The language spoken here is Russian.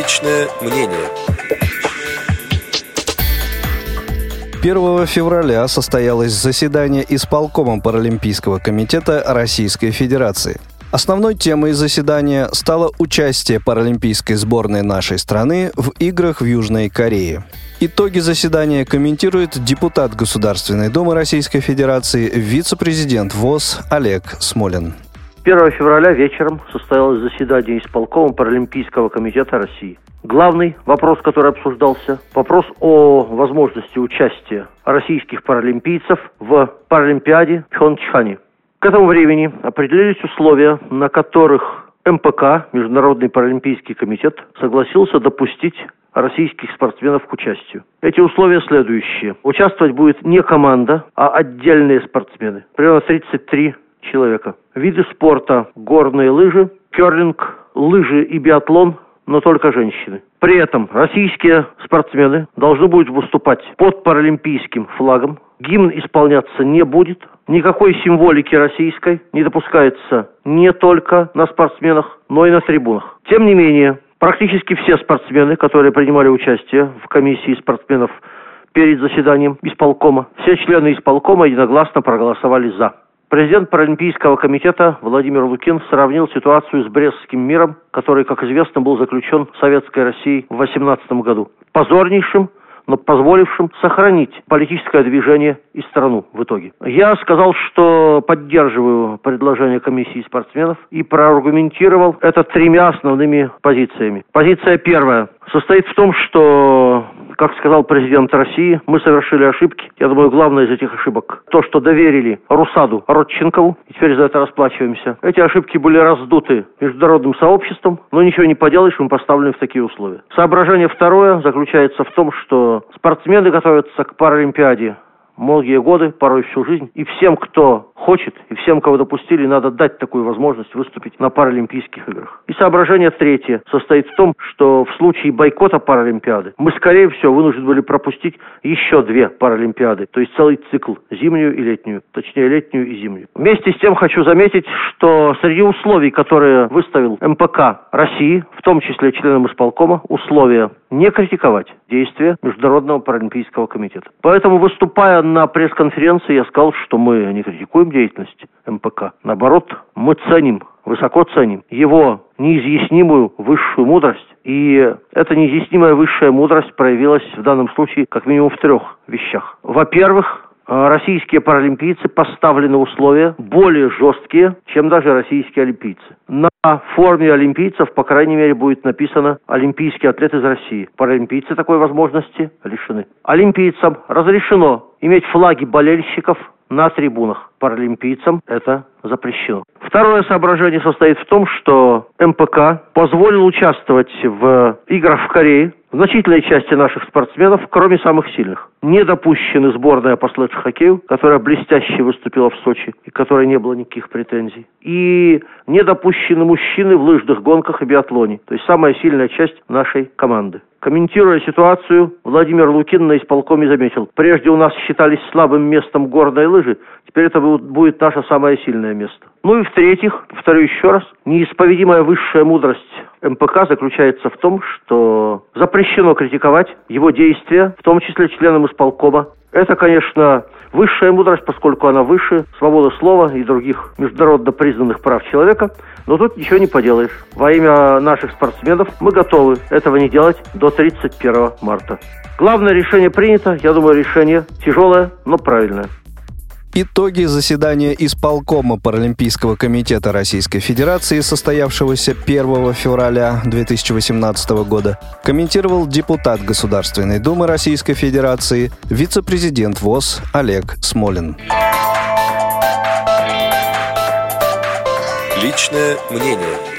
Личное мнение. 1 февраля состоялось заседание исполкома Паралимпийского комитета Российской Федерации. Основной темой заседания стало участие паралимпийской сборной нашей страны в играх в Южной Корее. Итоги заседания комментирует депутат Государственной Думы Российской Федерации, вице-президент ВОС Олег Смолин. 1 февраля вечером состоялось заседание исполкома Паралимпийского комитета России. Главный вопрос, который обсуждался, вопрос о возможности участия российских паралимпийцев в Паралимпиаде в Пхёнчхане. К этому времени определились условия, на которых МПК, Международный паралимпийский комитет, согласился допустить российских спортсменов к участию. Эти условия следующие. Участвовать будет не команда, а отдельные спортсмены. Примерно 33 человека. Виды спорта: горные лыжи, керлинг, лыжи и биатлон, но только женщины. При этом российские спортсмены должны будут выступать под паралимпийским флагом. Гимн исполняться не будет. Никакой символики российской не допускается не только на спортсменах, но и на трибунах. Тем не менее, практически все спортсмены, которые принимали участие в комиссии спортсменов перед заседанием исполкома, все члены исполкома единогласно проголосовали «за». Президент Паралимпийского комитета Владимир Лукин сравнил ситуацию с Брестским миром, который, как известно, был заключен Советской Россией в 1918 году. Позорнейшим, но позволившим сохранить политическое движение и страну в итоге. Я сказал, что поддерживаю предложение комиссии спортсменов и проаргументировал это 3 основными позициями. Позиция первая состоит в том, что, как сказал президент России, мы совершили ошибки. Я думаю, главное из этих ошибок то, что доверили Русаду Родченкову, и теперь за это расплачиваемся. Эти ошибки были раздуты международным сообществом, но ничего не поделаешь, мы поставлены в такие условия. Соображение второе заключается в том, что спортсмены готовятся к Паралимпиаде многие годы, порой всю жизнь. И всем, кто хочет, и всем, кого допустили, надо дать такую возможность выступить на Паралимпийских играх. И соображение третье состоит в том, что в случае бойкота Паралимпиады мы, скорее всего, вынуждены были пропустить еще 2 Паралимпиады, то есть целый цикл, зимнюю и летнюю, точнее летнюю и зимнюю. Вместе с тем хочу заметить, что среди условий, которые выставил МПК России, в том числе членам исполкома, условия не критиковать действия Международного паралимпийского комитета. Поэтому, выступая на пресс-конференции, я сказал, что мы не критикуем деятельность МПК. Наоборот, мы ценим, высоко ценим его неизъяснимую высшую мудрость. И эта неизъяснимая высшая мудрость проявилась в данном случае как минимум в 3 вещах. Во-первых, российские паралимпийцы поставлены условия более жесткие, чем даже российские олимпийцы. На форме олимпийцев, по крайней мере, будет написано «Олимпийский атлет из России». Паралимпийцы такой возможности лишены. Олимпийцам разрешено иметь флаги болельщиков на трибунах. Паралимпийцам это запрещено. Второе соображение состоит в том, что МПК позволил участвовать в играх в Корее значительной части наших спортсменов, кроме самых сильных. Не допущены сборная по слэдж-хоккею, которая блестяще выступила в Сочи, и которой не было никаких претензий. И не допущены мужчины в лыжных гонках и биатлоне, то есть самая сильная часть нашей команды. Комментируя ситуацию, Владимир Лукин на исполкоме заметил: прежде у нас считались слабым местом горные лыжи, теперь это будет наше самое сильное место. Ну и в-третьих, повторю еще раз, неисповедимая высшая мудрость МПК заключается в том, что запрещено критиковать его действия, в том числе членам исполкома. Это, конечно, высшая мудрость, поскольку она выше свободы слова и других международно признанных прав человека, но тут ничего не поделаешь. Во имя наших спортсменов мы готовы этого не делать до 31 марта. Главное решение принято, я думаю, решение тяжелое, но правильное. Итоги заседания исполкома Паралимпийского комитета Российской Федерации, состоявшегося 1 февраля 2018 года, комментировал депутат Государственной Думы Российской Федерации, вице-президент ВОС Олег Смолин. Личное мнение.